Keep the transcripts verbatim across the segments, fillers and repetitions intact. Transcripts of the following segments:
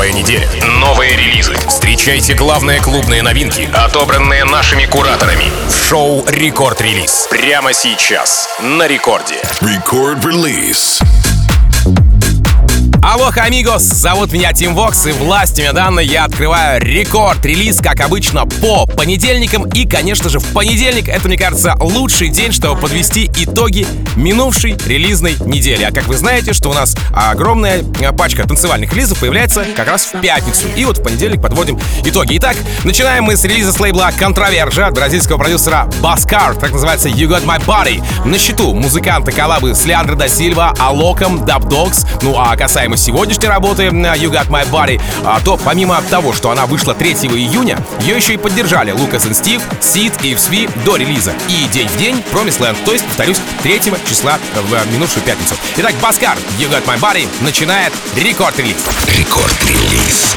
Новая неделя, новые релизы. Встречайте главные клубные новинки, отобранные нашими кураторами. В шоу «Рекорд-релиз». Прямо сейчас на Рекорде. Рекорд-релиз. Алло, амигос! Зовут меня Тим Вокс, и властями данной я открываю рекорд-релиз, как обычно, по понедельникам. И, конечно же, в понедельник, это, мне кажется, лучший день, чтобы подвести итоги минувшей релизной недели. А как вы знаете, что у нас огромная пачка танцевальных релизов появляется как раз в пятницу. И вот в понедельник подводим итоги. Итак, начинаем мы с релиза с лейбла Controversia от бразильского продюсера Баскар, так называется You Got My Body. На счету музыканты коллабы с Леандро да Сильва, Алоком, Dub Dogs. Ну а касаемо сегодняшней работы You Got My Body, то помимо того, что она вышла третьего июня, ее еще и поддержали Лукас и Стив, Сид и эф эс ви до релиза. И день в день Promised Land, то есть, повторюсь, третьего числа в минувшую пятницу. Итак, Баскар, You Got My Body начинает рекорд-релиз. Рекорд-релиз.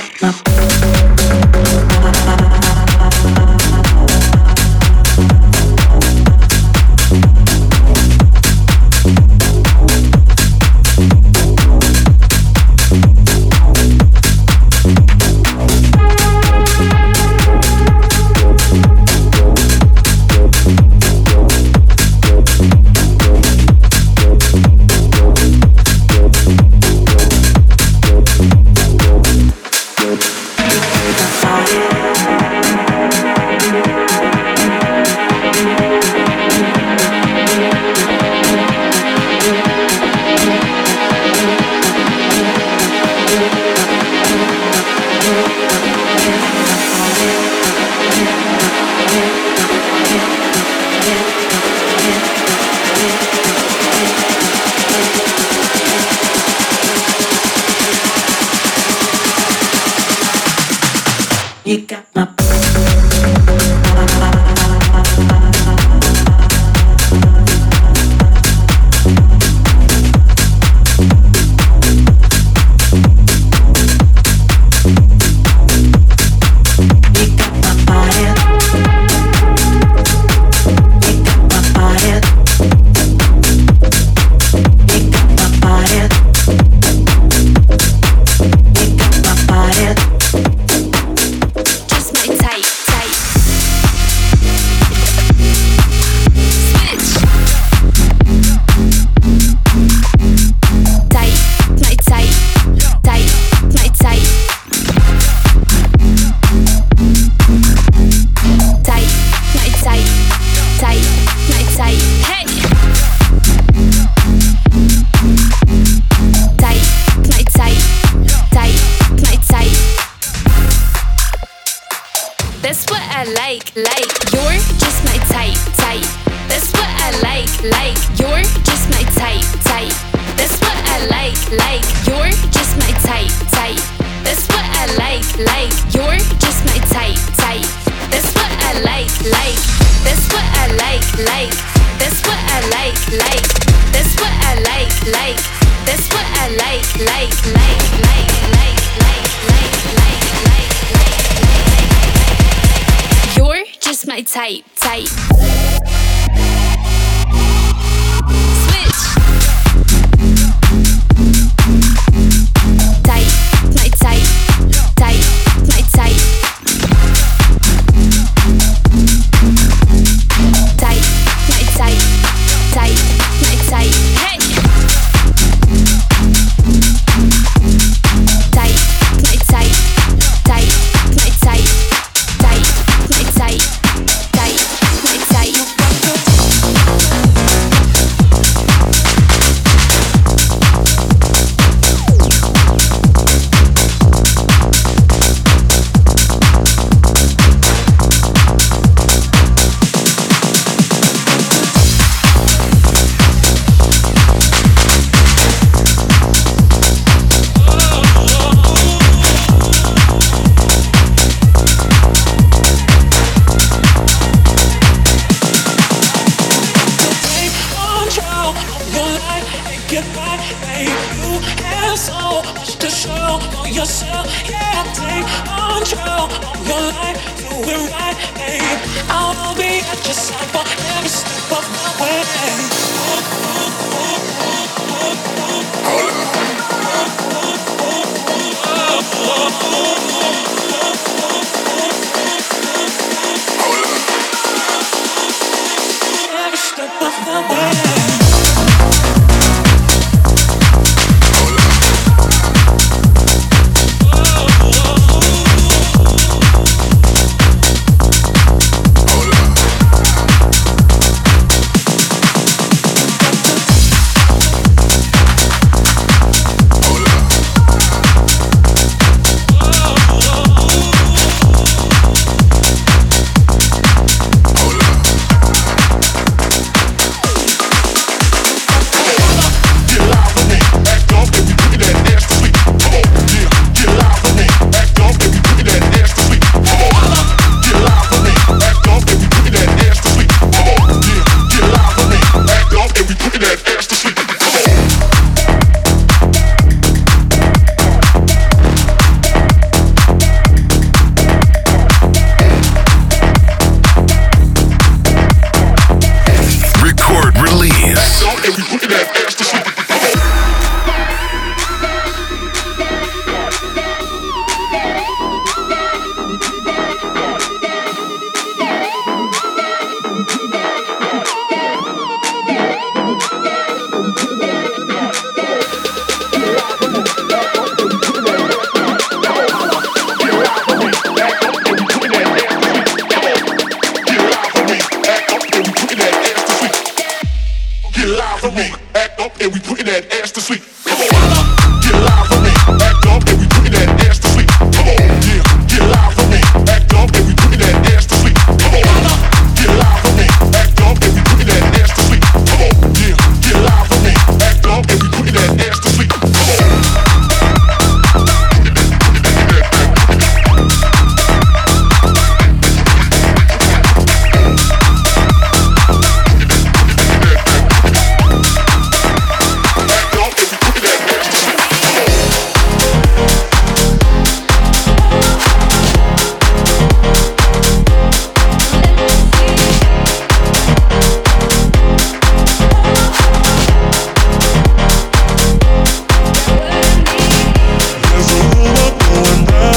You got my type, type.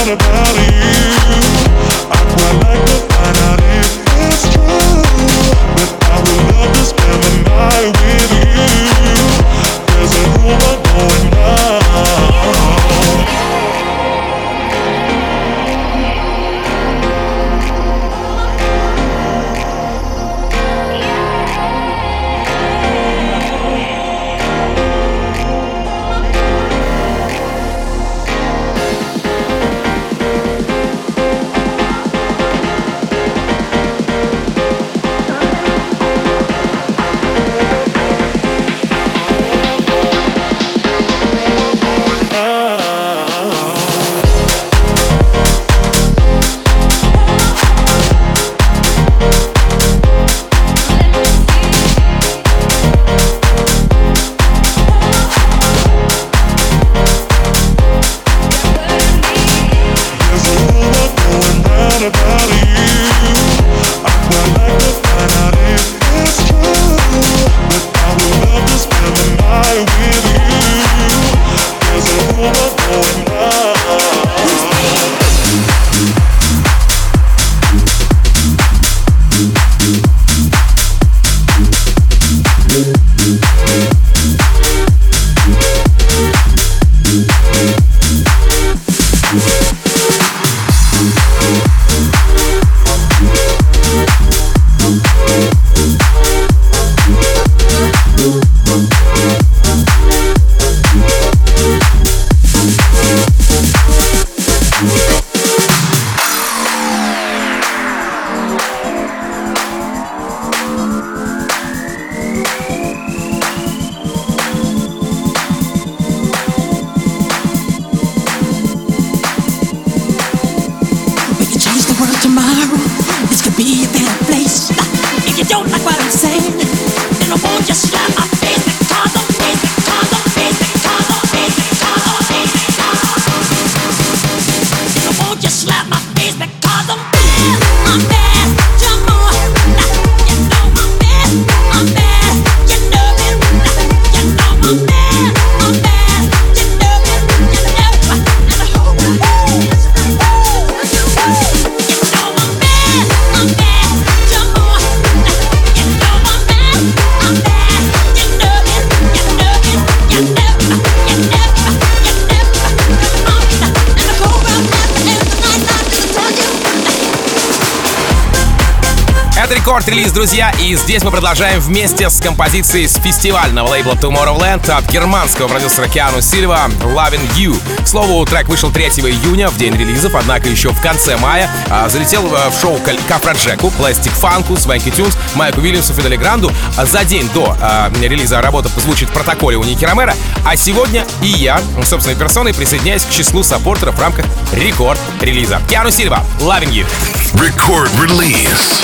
Рекорд-релиз, друзья, и здесь мы продолжаем вместе с композицией с фестивального лейбла Tomorrowland от германского продюсера Киану Сильва «Loving You». К слову, трек вышел третьего июня, в день релизов, однако еще в конце мая а, залетел в шоу к Афроджеку, Plastic Funk'у, Swanky Tunes, Майку Уильямсу, Фиделе Гранду. За день до а, релиза работа звучит в протоколе у Ники Ромеро, а сегодня и я, собственной персоной, присоединяюсь к числу саппортеров в рамках рекорд-релиза. Киану Сильва, «Loving You». Record release.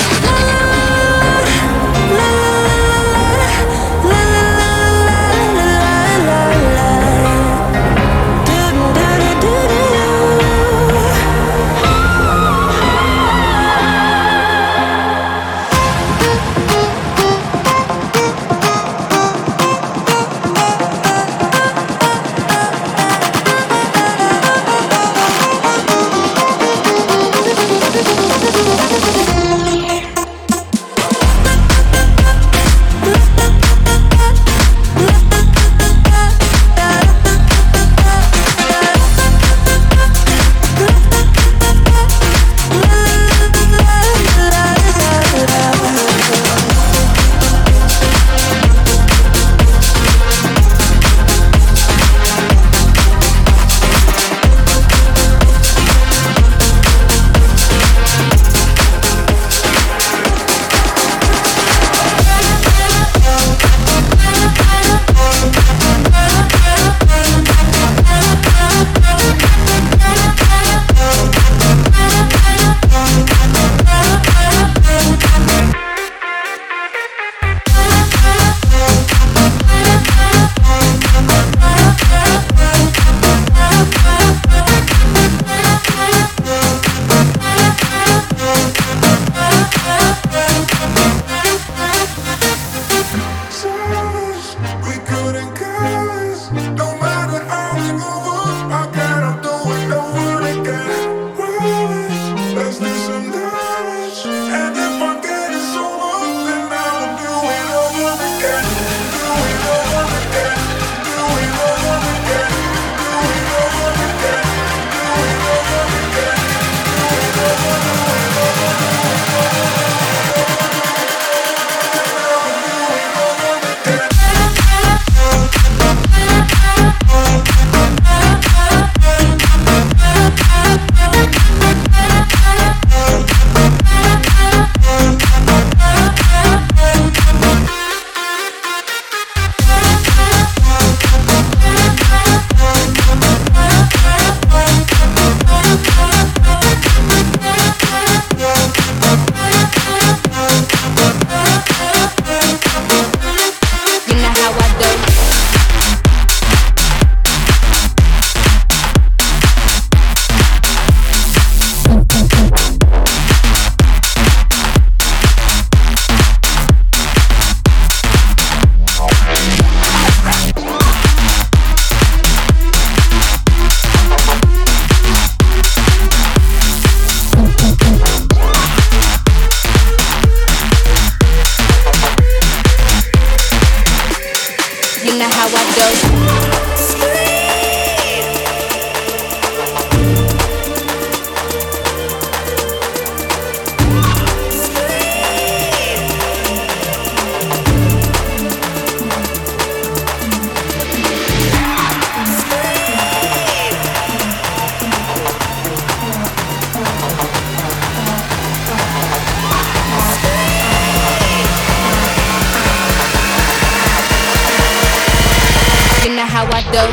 go.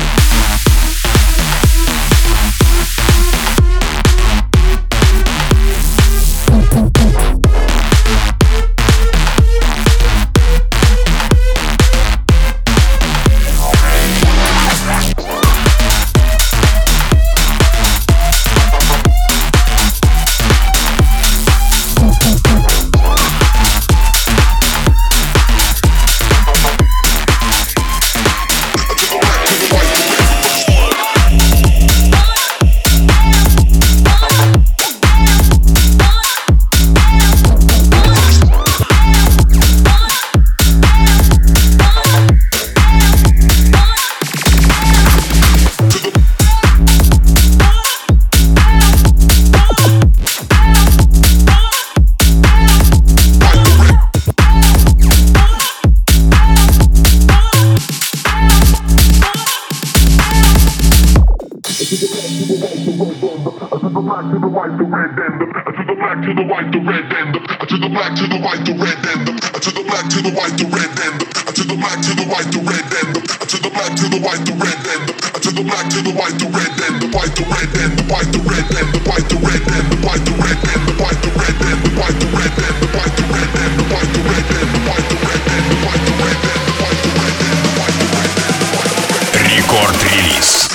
Рекорд-релиз.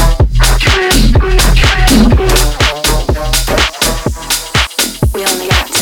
We only got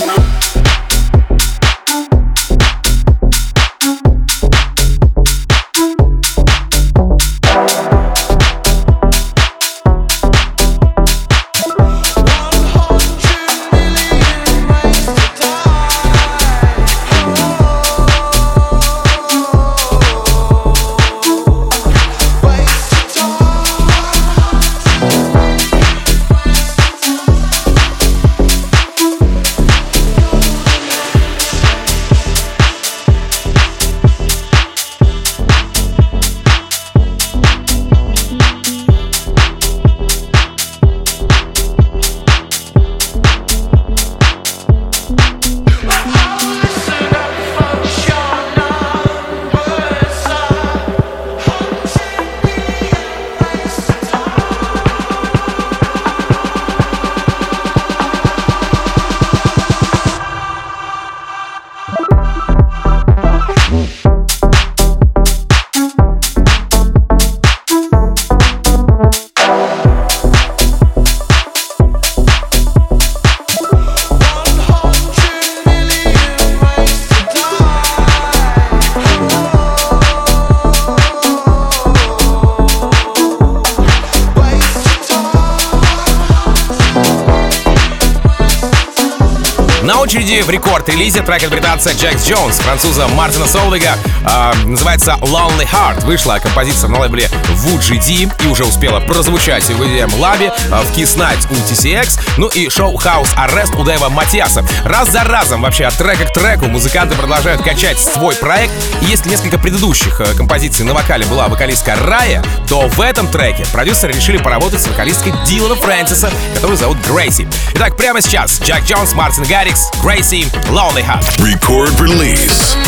очереди в рекорд-релизе трек от британца Джекс Джонс, француза Мартина Солвига. Э, называется Lonely Heart. Вышла композиция на лейбле ви джи ди и уже успела прозвучать в и ди эм Lab, э, в Kiss Night у ти си экс, ну и шоу House Arrest у Дэйва Матиаса. Раз за разом вообще от трека к треку музыканты продолжают качать свой проект. И если несколько предыдущих э, композиций на вокале была вокалистка Рая, то в этом треке продюсеры решили поработать с вокалисткой Дилана Фрэнсиса, которую зовут Грейси. Итак, прямо сейчас Джек Джонс, Мартин Гаррикс, Грейси, Lonely Heart. Record release.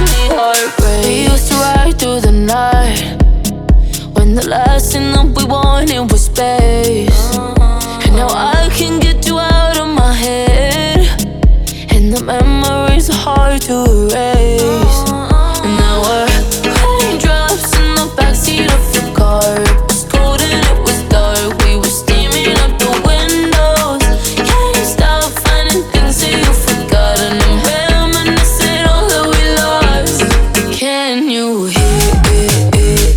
When the last thing that we wanted was space, and now I can get you out of my head, and the memories are hard to erase. And now we're raindrops in the backseat of your car. It was cold and it was dark. We were steaming up the windows. Can't stop finding things that you forgot, and I'm reminiscing all that we lost. Can you hear it?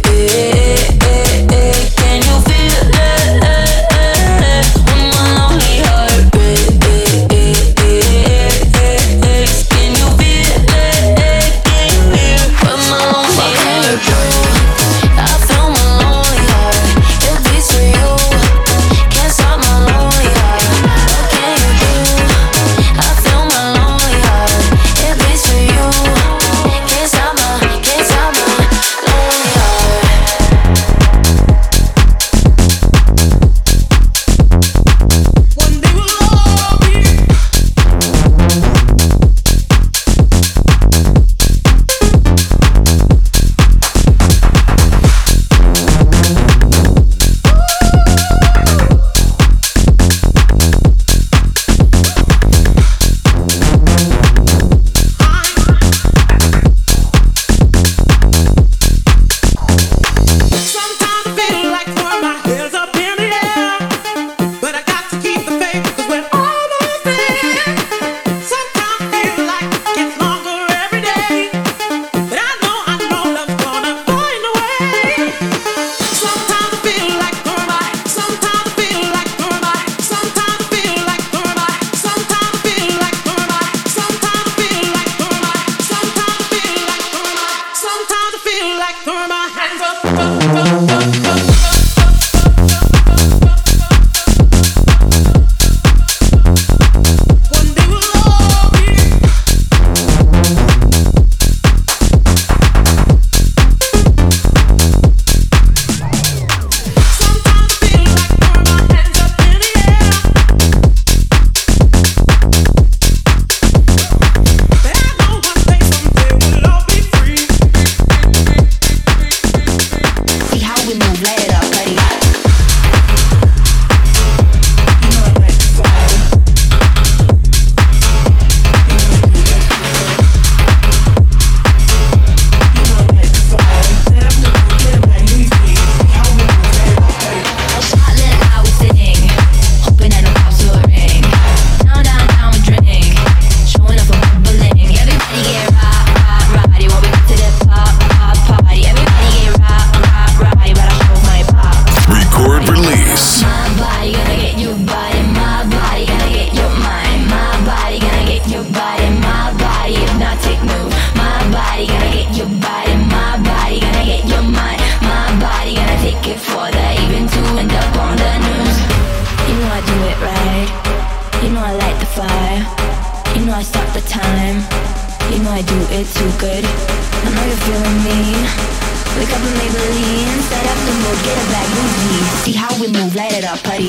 Can you feel it? When my lonely heart breaks. Can you feel it? When my lonely heart breaks. I feel my lonely heart. It beats for you. Can't stop my lonely heart. What can you do? I feel my lonely heart. It beats for you. Can't stop my, can't stop my lonely heart. One day we'll all be Sometimes I feel like throwing my hands up in the air, but I got to keep the faith 'cause we're almost there. Sometimes I feel like it gets longer every day, but I know, I know love's gonna find a way. Sometimes I feel like throwing my, sometimes I feel like throwing my, sometimes I feel like throwing my, sometimes I feel like throwing my, sometimes I feel like throwing my, sometimes I feel like throwing my, sometimes I feel like throwing my hands up, up, up, up, up. One day we'll all be Sometimes I feel like throwing my hands up in the air, but I know one day, someday we'll all be free. See how we move, light it up, buddy. Record release. My body gonna get your body, my body gonna get your mind, my body gonna get your body, my body hypnotic move. My body gonna get your body, my body gonna get your mind, my body gonna take it further, even to end up on the news. You know I do it right, you know I light the fire, you know I stop the time, you know I do it too good. I know you're feeling me. Wake up and Maybelline, set up the mood, get a bag, move me. See how we move, light it up, buddy.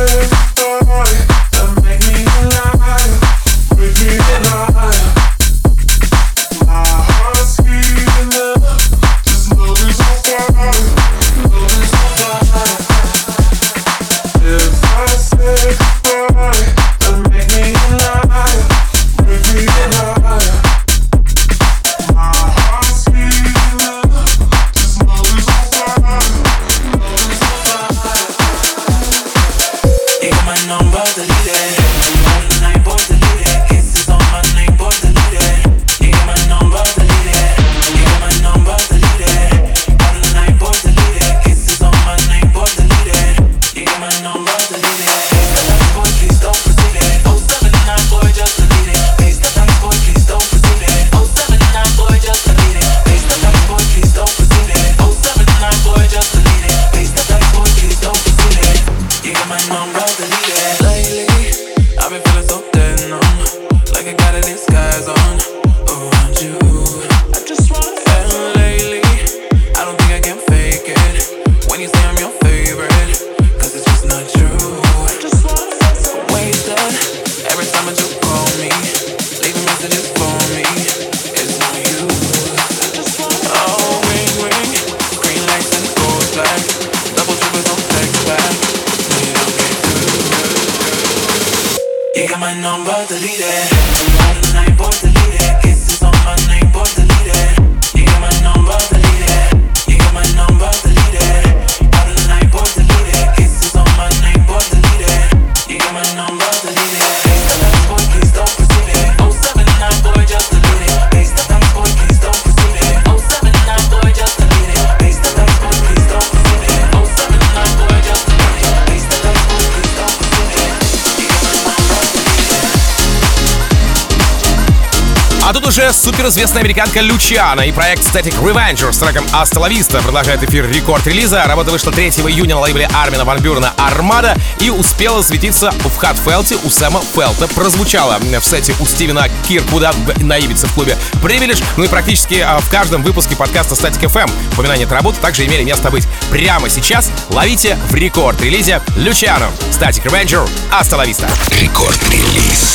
А тут уже суперизвестная американка Лючано и проект Static Revenger с треком Hasta la Vista продолжает эфир рекорд-релиза. Работа вышла третьего июня на лейбле Армина ван Бюрена Armada и успела засветиться в Хатфелте у Сэма Фелта. Прозвучала в сете у Стивена Кирквуда на Ибице в клубе Privilege. Ну и практически в каждом выпуске подкаста Static эф эм упоминания этой работы также имели место быть. Прямо сейчас ловите в рекорд-релизе Лючано, Static Revenger, Hasta la Vista. Рекорд-релиз.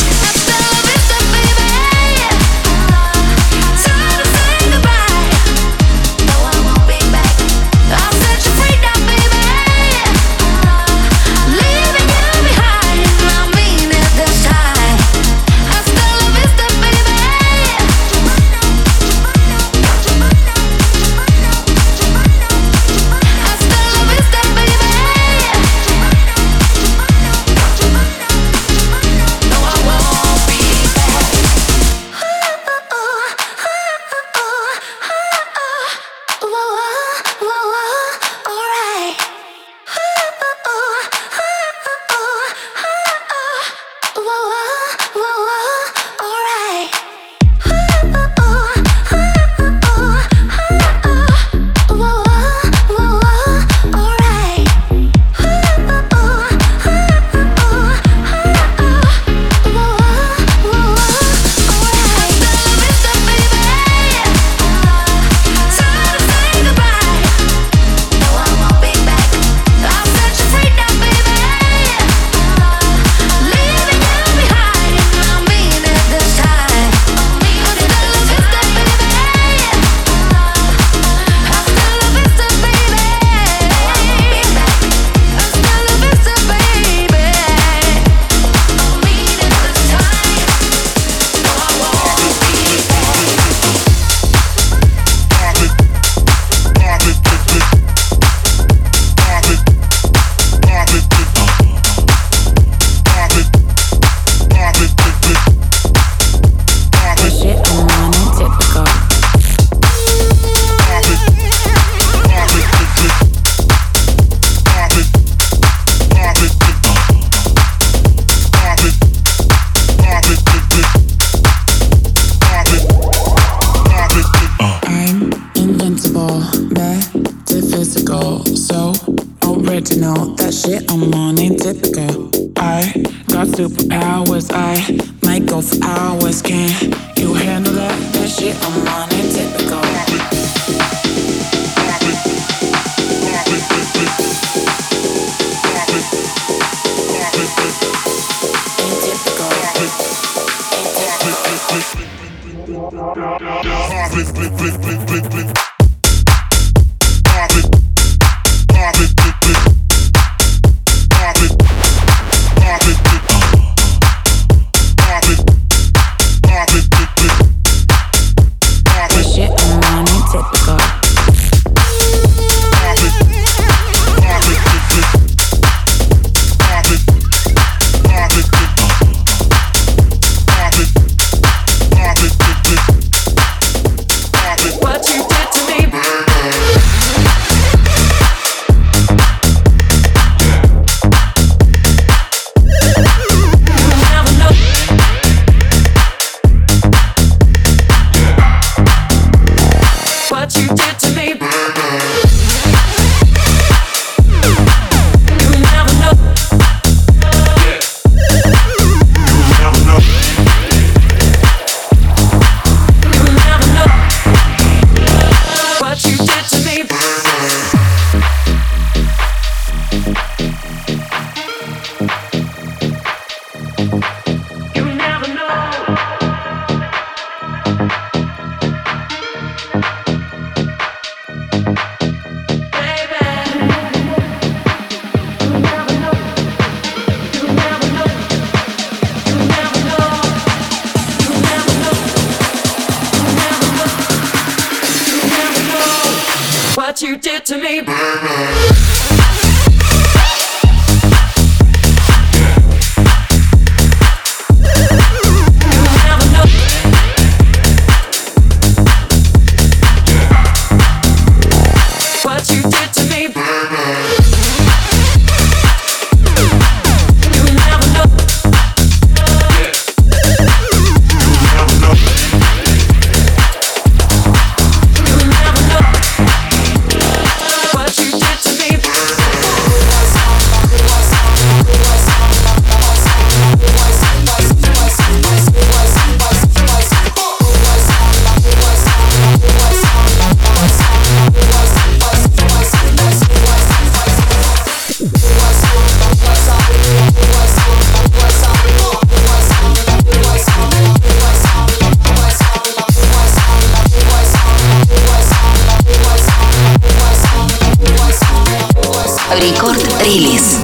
original. That shit I'm on ain't typical. I got superpowers. I might go for hours. Can you handle that? That shit I'm on ain't typical. What you did to me. Рекорд-релиз.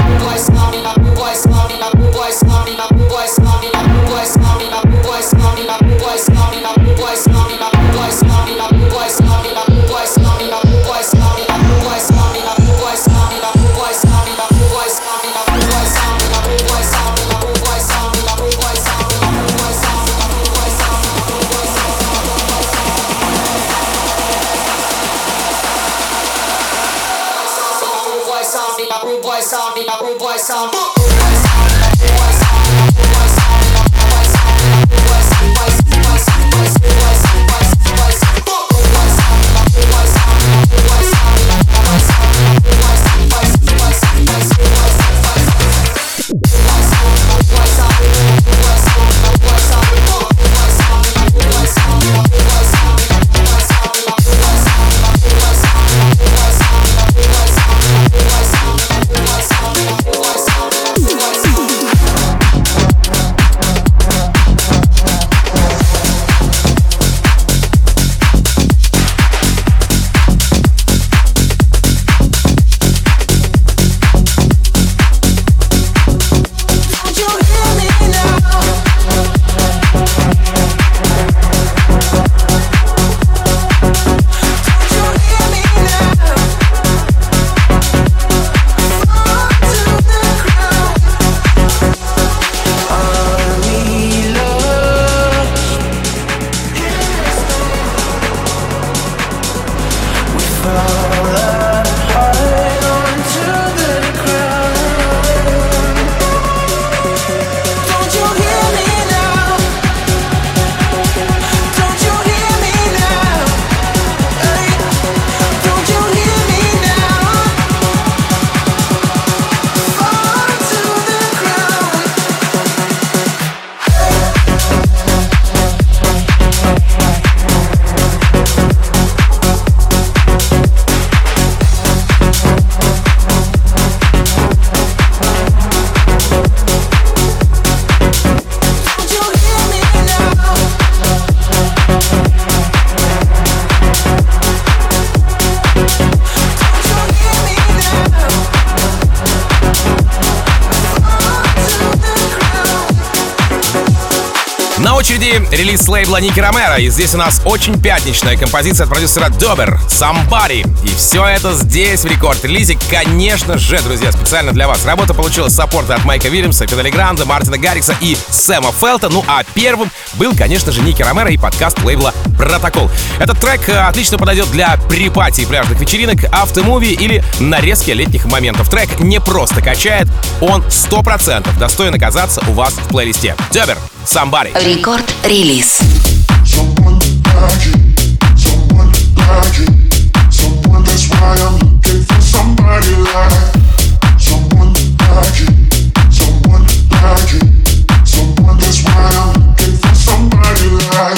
На очереди релиз лейбла Ники Ромеро, и здесь у нас очень пятничная композиция от продюсера Добер «Somebody». И все это здесь, в рекорд-релизе, конечно же, друзья, специально для вас. Работа получила саппорты от Майка Вильямса, Фидели Гранда, Мартина Гаррикса и Сэма Фелта. Ну а первым был, конечно же, Ники Ромеро и подкаст лейбла «Протокол». Этот трек отлично подойдет для припати и пляжных вечеринок, автомуви или нарезки летних моментов. Трек не просто качает, он сто процентов достоин оказаться у вас в плейлисте. Добер, «Somebody». Рекорд-релиз. Someone like you, someone like you, someone that's why I'm looking for somebody like, someone like you, someone like you, someone that's why I'm looking for somebody like,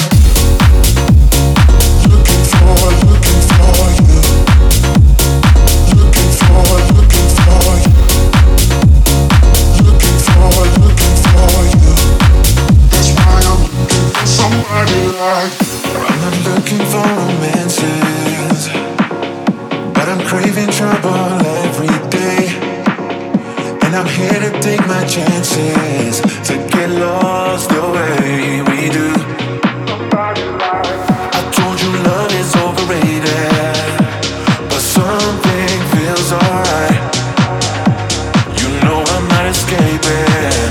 looking for, looking for you, looking for, looking for you, looking for, looking for you, that's why I'm looking for somebody like. I'm not looking for romances, but I'm craving trouble every day, and I'm here to take my chances, to get lost the way we do. I told you love is overrated, but something feels alright. You know I'm not escaping,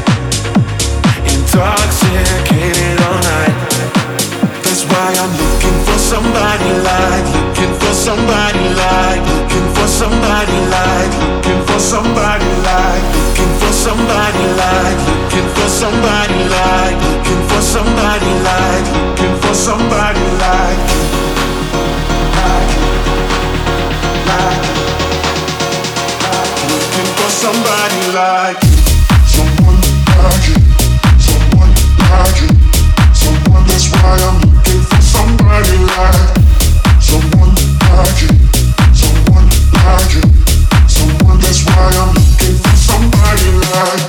intoxicated all night. That's why I'm looking for somebody like, looking for somebody like, looking for somebody like, looking for somebody like, looking for somebody like, looking for somebody like, looking for somebody like, looking for somebody like, like, like, looking for somebody like, someone like you, someone like you, someone that's why I'm looking for somebody like, someone like you, someone like you, someone that's why I'm looking for somebody like,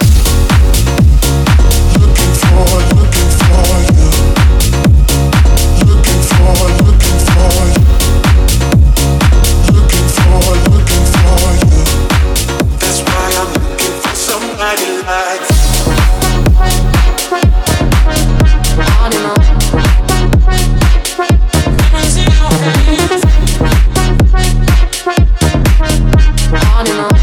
looking for, looking for you, looking for, looking for you, looking for, looking for you, that's why I'm looking for somebody like. On and on. On and on.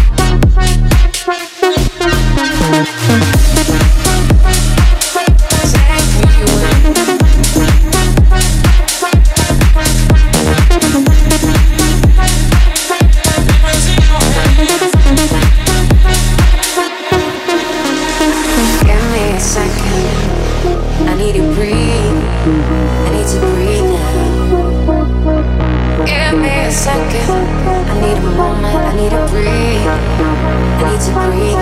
Give me a second. I need to breathe. I need to breathe now. Give me a second. I need a moment. I need to breathe. I need to breathe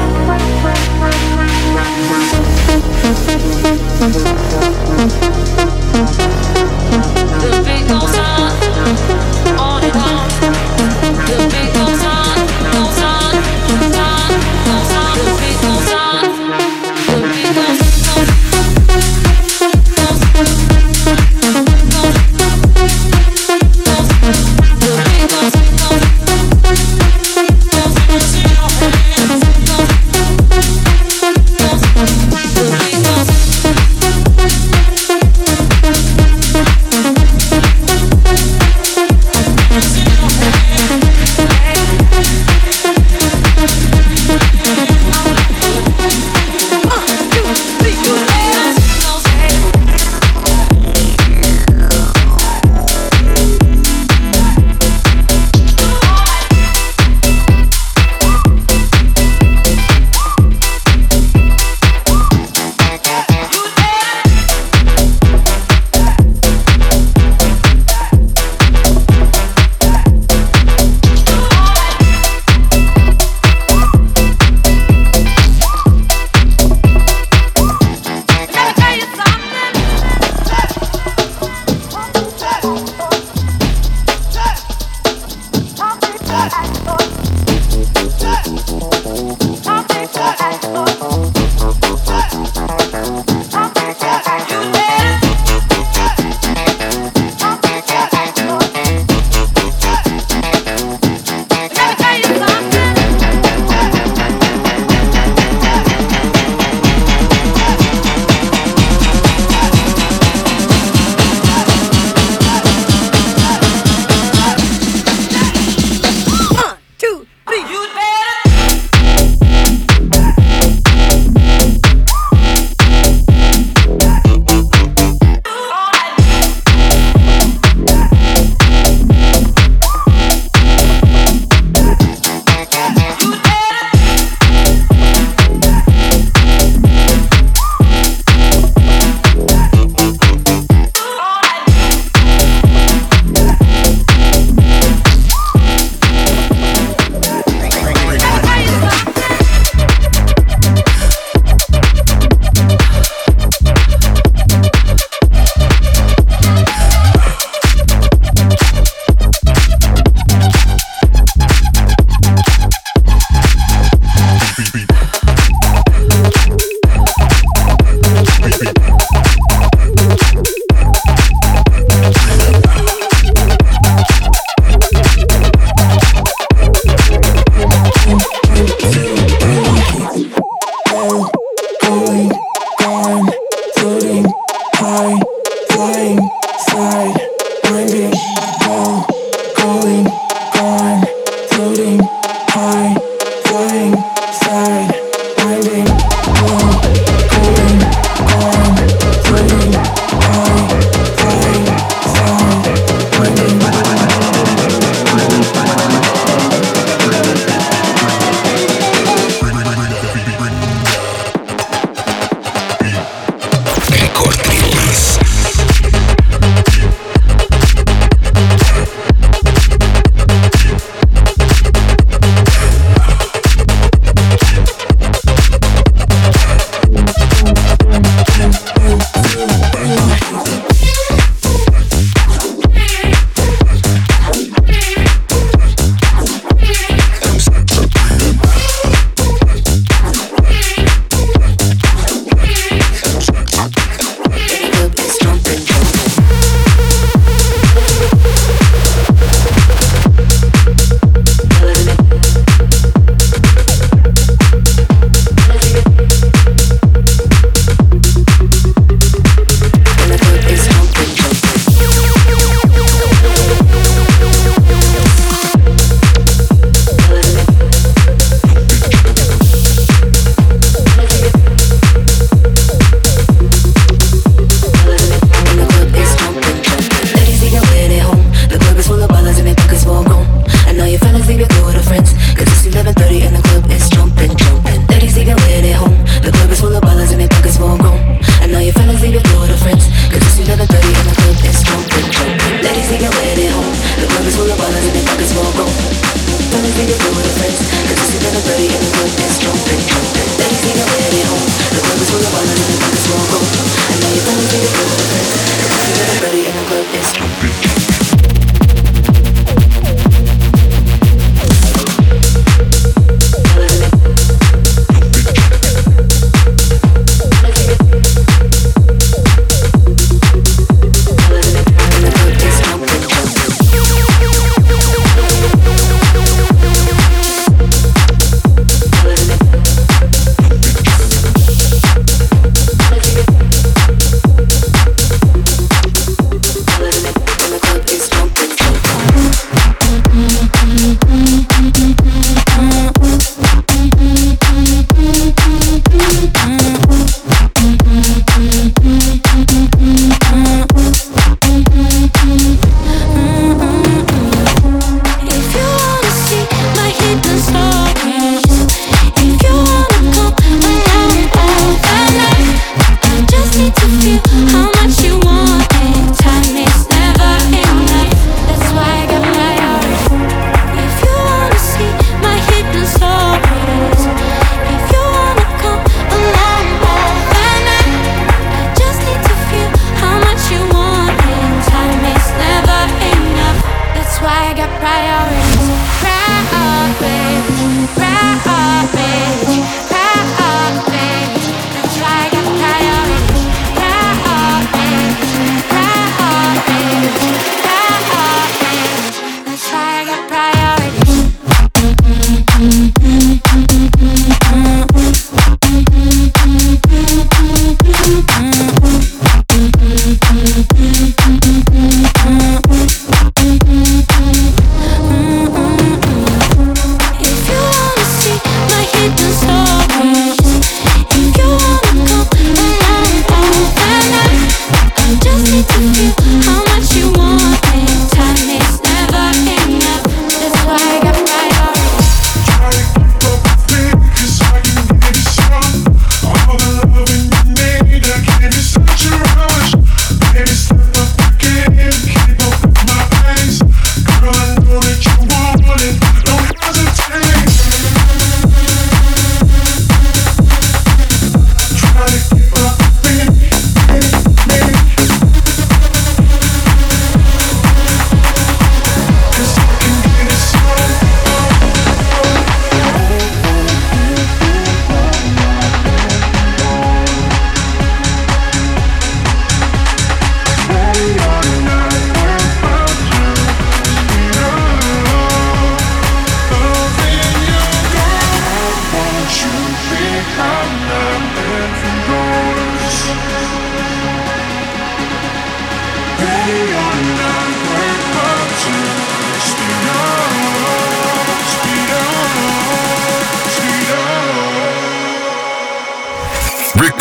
now. The beat goes on, on and on. The beat goes on, goes on, goes on, goes on. The beat goes on. The beat goes on. floating high, flying side, finding more, going on, floating high, flying side, finding Рекорд-релиз.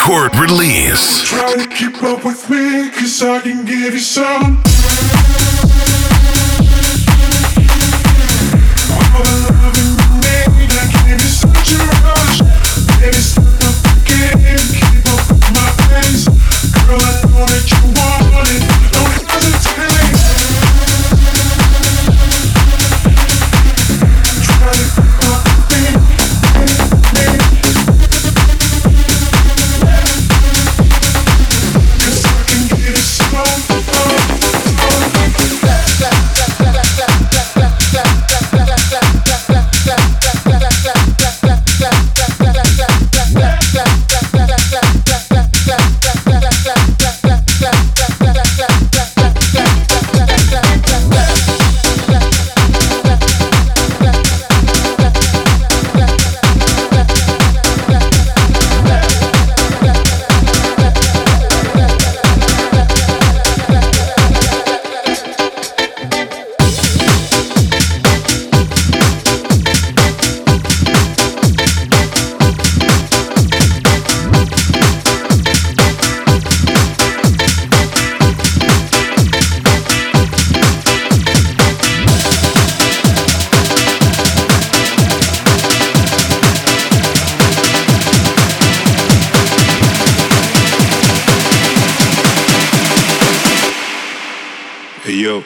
Record release. Try to keep up with me, cause I can give you some. All the loving you need, I gave you such a rush. Baby, step up the game, keep up with my pace. Girl, I know that you want it, don't hesitate. Try to keep up with me, me, me. Cause I can give you some. Hey, yo.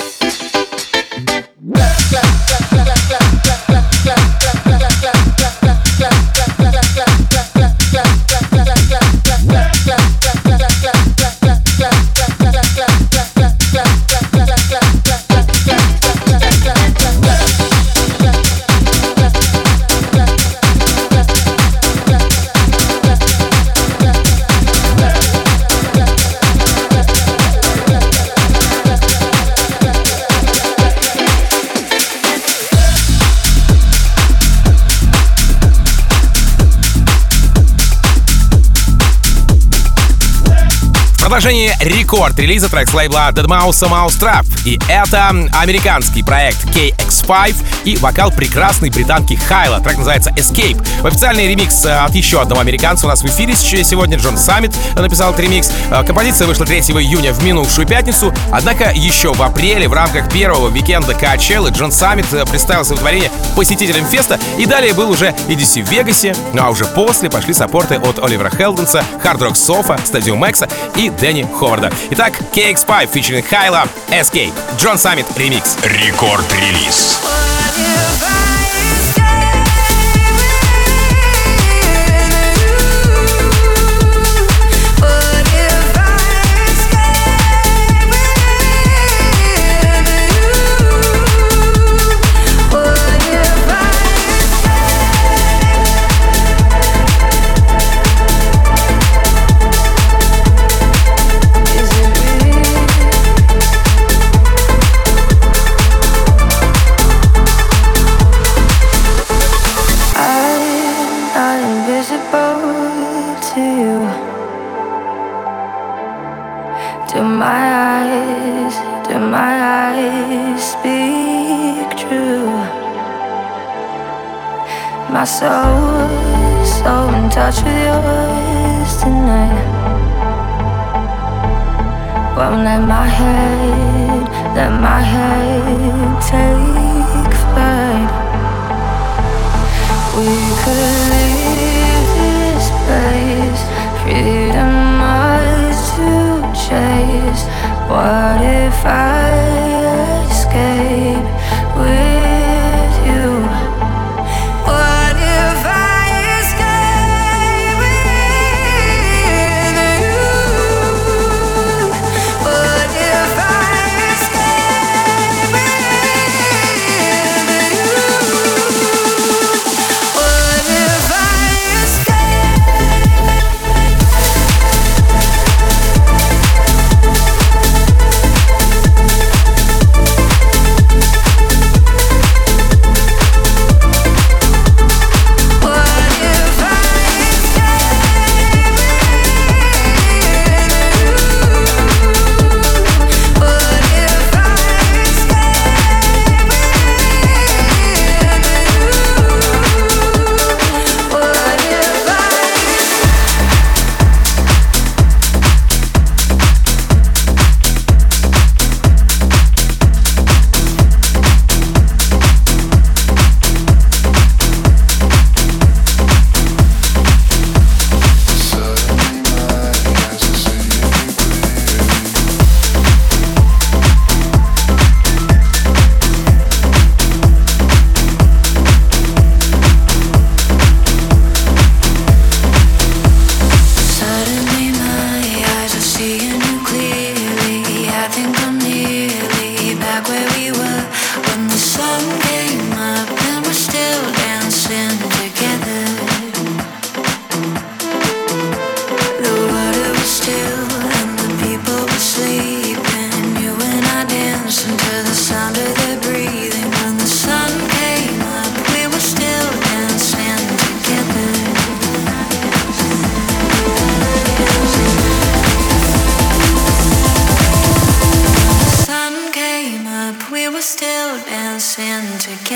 Продолжение рекорд-релиза трек с лейбла Deadmau5 Mousetrap. И это американский проект кей икс пять и вокал прекрасной британки Хайла. Трек называется Escape. Официальный ремикс от еще одного американца у нас в эфире сегодня. Джон Саммит написал этот ремикс. Композиция вышла третьего июня в минувшую пятницу. Однако еще в апреле в рамках первого викенда Coachella Джон Саммит представил свое творение посетителям феста. И далее был уже и ди си в Вегасе. Ну а уже после пошли саппорты от Оливера Хелденса, Hard Rock Sofa, Stadium X и Дэнни Ховарда. Итак, кей икс пять featuring Хайла, Escape, Джон Саммит ремикс. Рекорд-релиз. My soul is so in touch with yours tonight. Won't let my head, let my head take flight. We could leave this place, freedom ours to chase. What if I escape with you? What if I escape with you? What if I escape with you? What if I escape?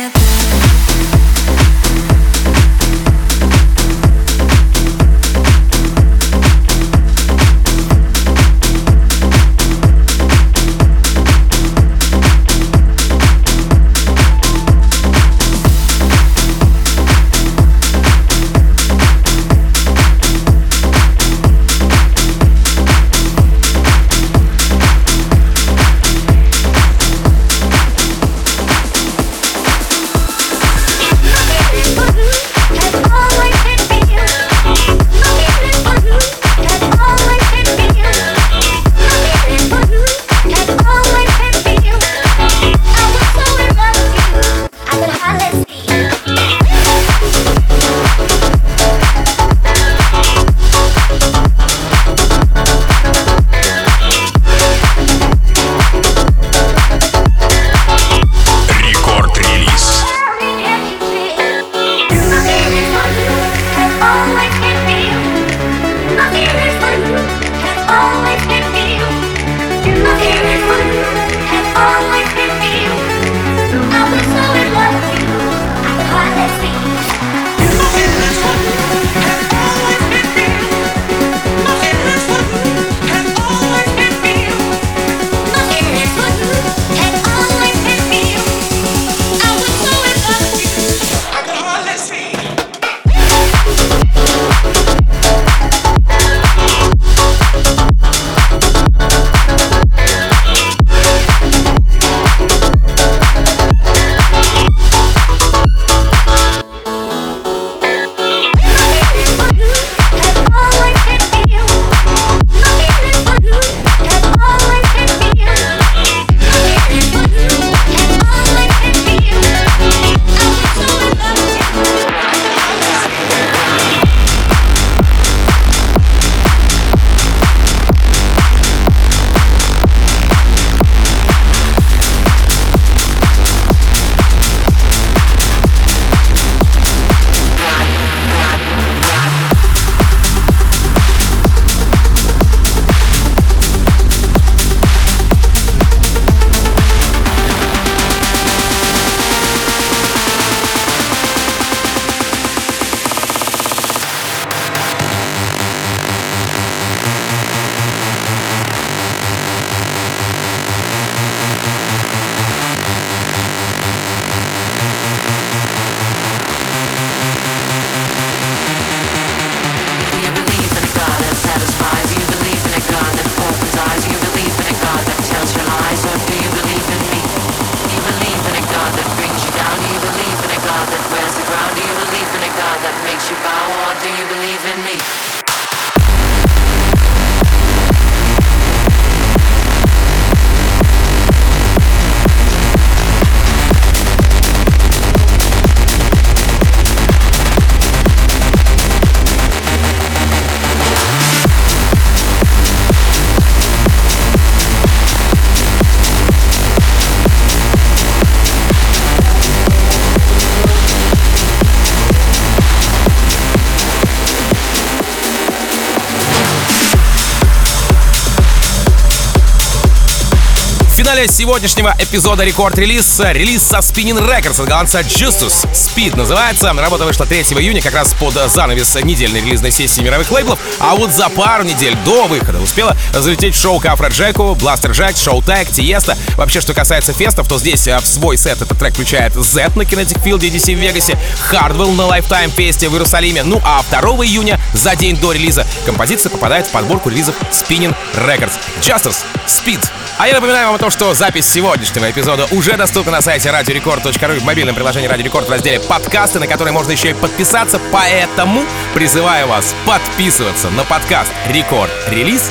финале сегодняшнего эпизода рекорд-релиза релиз со Spinnin' Records от голландца Justus. Speed называется. Работа вышла третьего июня, как раз под занавес недельной релизной сессии мировых лейблов. А вот за пару недель до выхода успела залететь в шоу к Афроджеку, Blaster Jack, Show Tag, Тиеста. Вообще, что касается фестов, то здесь в свой сет этот трек включает Z на Kinetic Field и ди си в Вегасе, Hardwell на Lifetime фесте в Иерусалиме. Ну а второго июня, за день до релиза, композиция попадает в подборку релизов Spinnin' Records. Justus, Speed. А я напоминаю вам о том, что запись сегодняшнего эпизода уже доступна на сайте радио рекорд точка ру и в мобильном приложении Радио Рекорд в разделе «Подкасты», на который можно еще и подписаться. Поэтому призываю вас подписываться на подкаст «Рекорд Релиз»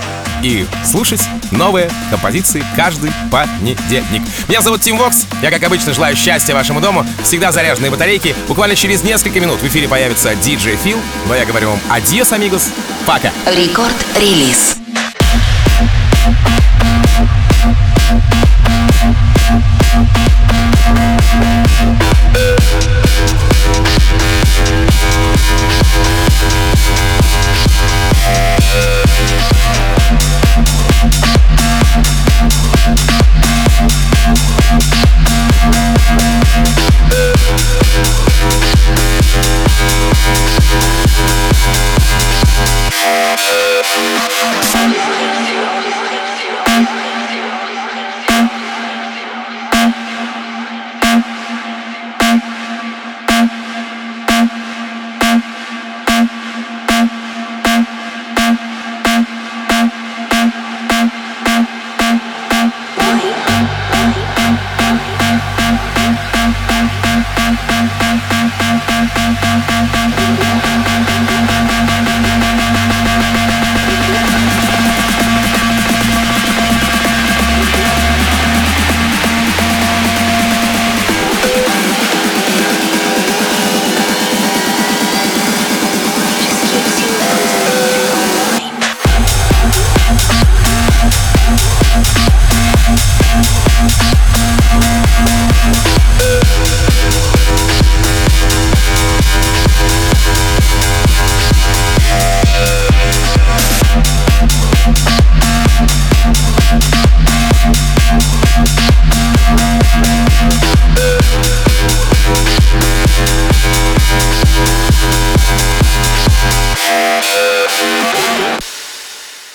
и слушать новые композиции каждый понедельник. Меня зовут Тим Вокс. Я, как обычно, желаю счастья вашему дому. Всегда заряженные батарейки. Буквально через несколько минут в эфире появится диджей Фил. Но я говорю вам адьос, амигос. Пока. Рекорд Релиз.